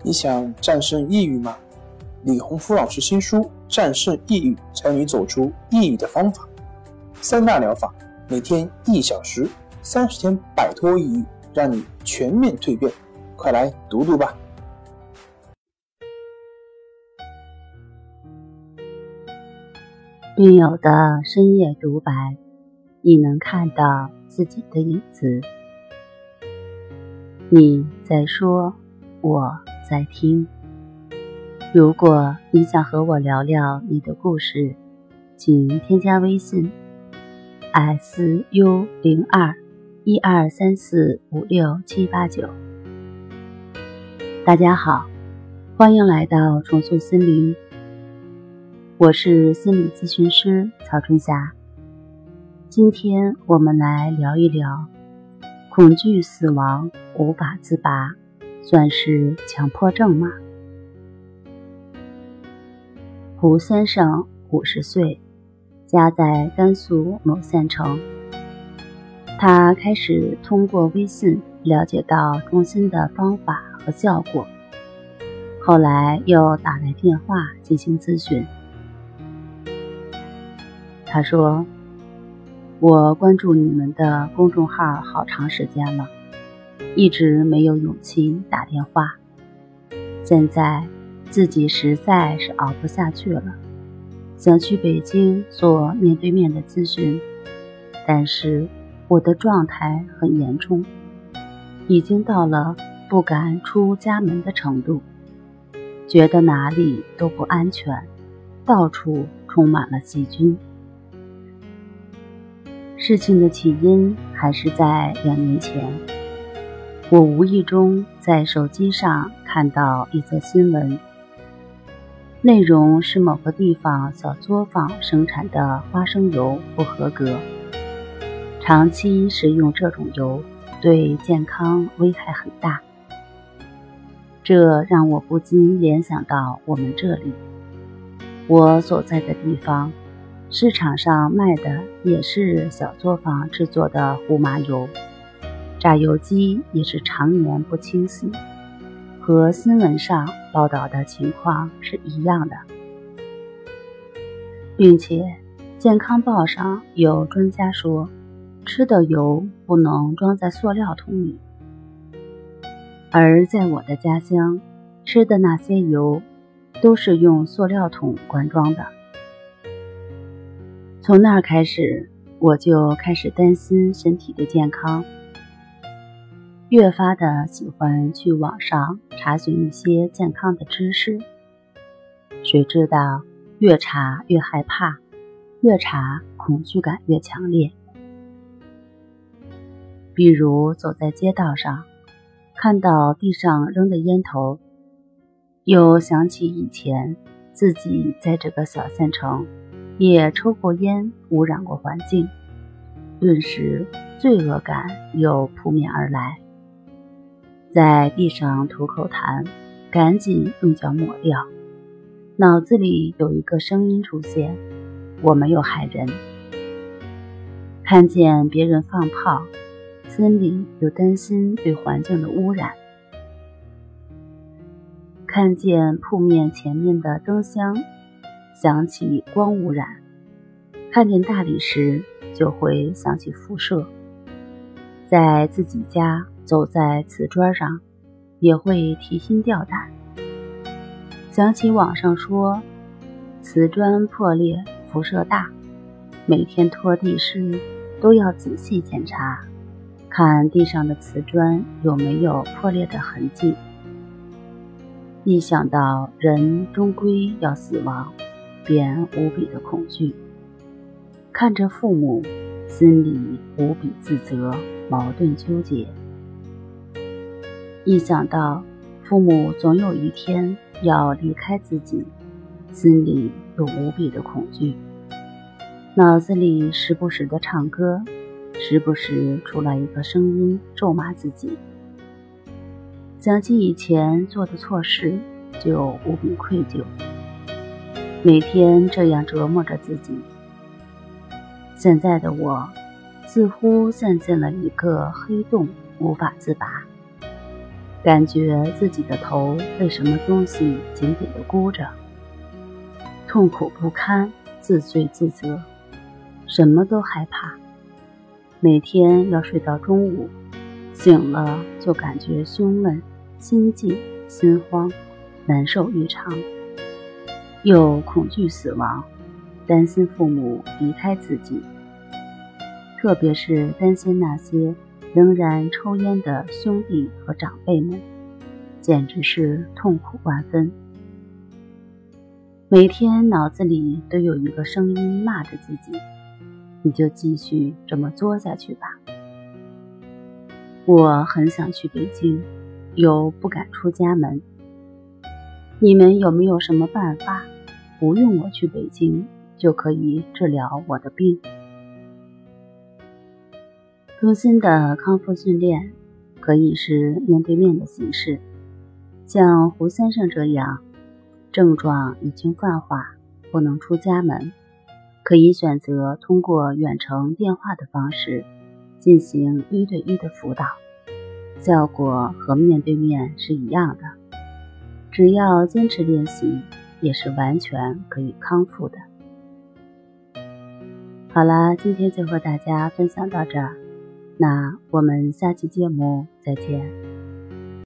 你想战胜抑郁吗？李洪福老师新书《战胜抑郁，教你走出抑郁的方法》，3大疗法，每天1小时，30天摆脱抑郁，让你全面蜕变。快来读读吧。 病友的深夜独白，你能看到自己的影子。你在说，我在听。如果你想和我聊聊你的故事，请添加微信 SU02-12345679。大家好，欢迎来到重塑心灵，我是心理咨询师曹春霞。今天我们来聊一聊，恐惧死亡无法自拔，算是强迫症吗？胡先生50岁，家在甘肃某县城。他开始通过微信了解到中心的方法和效果，后来又打来电话进行咨询。他说，我关注你们的公众号好长时间了，一直没有勇气打电话，现在自己实在是熬不下去了，想去北京做面对面的咨询，但是我的状态很严重，已经到了不敢出家门的程度，觉得哪里都不安全，到处充满了细菌。事情的起因还是在2年前，我无意中在手机上看到一则新闻，内容是某个地方小作坊生产的花生油不合格，长期食用这种油对健康危害很大。这让我不禁联想到我们这里，我所在的地方市场上卖的也是小作坊制作的胡麻油，榨油机也是常年不清洗，和新闻上报道的情况是一样的。并且健康报上有专家说，吃的油不能装在塑料桶里，而在我的家乡吃的那些油都是用塑料桶灌装的。从那儿开始，我就开始担心身体的健康，越发的喜欢去网上查询一些健康的知识。谁知道越查越害怕，越查恐惧感越强烈。比如走在街道上，看到地上扔的烟头，又想起以前自己在这个小县城也抽过烟，污染过环境，顿时罪恶感又扑面而来，在地上吐口痰，赶紧用脚抹掉。脑子里有一个声音出现，我没有害人。看见别人放炮，心里又担心对环境的污染。看见铺面前面的灯箱，想起光污染。看见大理石就会想起辐射。在自己家走在瓷砖上，也会提心吊胆，想起网上说瓷砖破裂辐射大，每天拖地时都要仔细检查，看地上的瓷砖有没有破裂的痕迹。一想到人终归要死亡，便无比的恐惧。看着父母，心里无比自责，矛盾纠结。一想到父母总有一天要离开自己，心里又无比的恐惧。脑子里时不时的唱歌，时不时出来一个声音咒骂自己。想起以前做的错事，就无比愧疚，每天这样折磨着自己。现在的我似乎陷进了一个黑洞，无法自拔。 感觉自己的头被什么东西紧紧地箍着，痛苦不堪，自罪自责，什么都害怕。每天要睡到中午，醒了就感觉胸闷、心悸、心慌，难受异常，又恐惧死亡，担心父母离开自己，特别是担心那些仍然抽烟的兄弟和长辈们，简直是痛苦万分。每天脑子里都有一个声音骂着自己，你就继续这么作下去吧。我很想去北京，又不敢出家门。你们有没有什么办法，不用我去北京，就可以治疗我的病？中心的康复训练可以是面对面的形式，像胡先生这样，症状已经泛化，不能出家门，可以选择通过远程电话的方式进行1对1的辅导，效果和面对面是一样的，只要坚持练习，也是完全可以康复的。好啦，今天就和大家分享到这儿，那我们下期节目再见。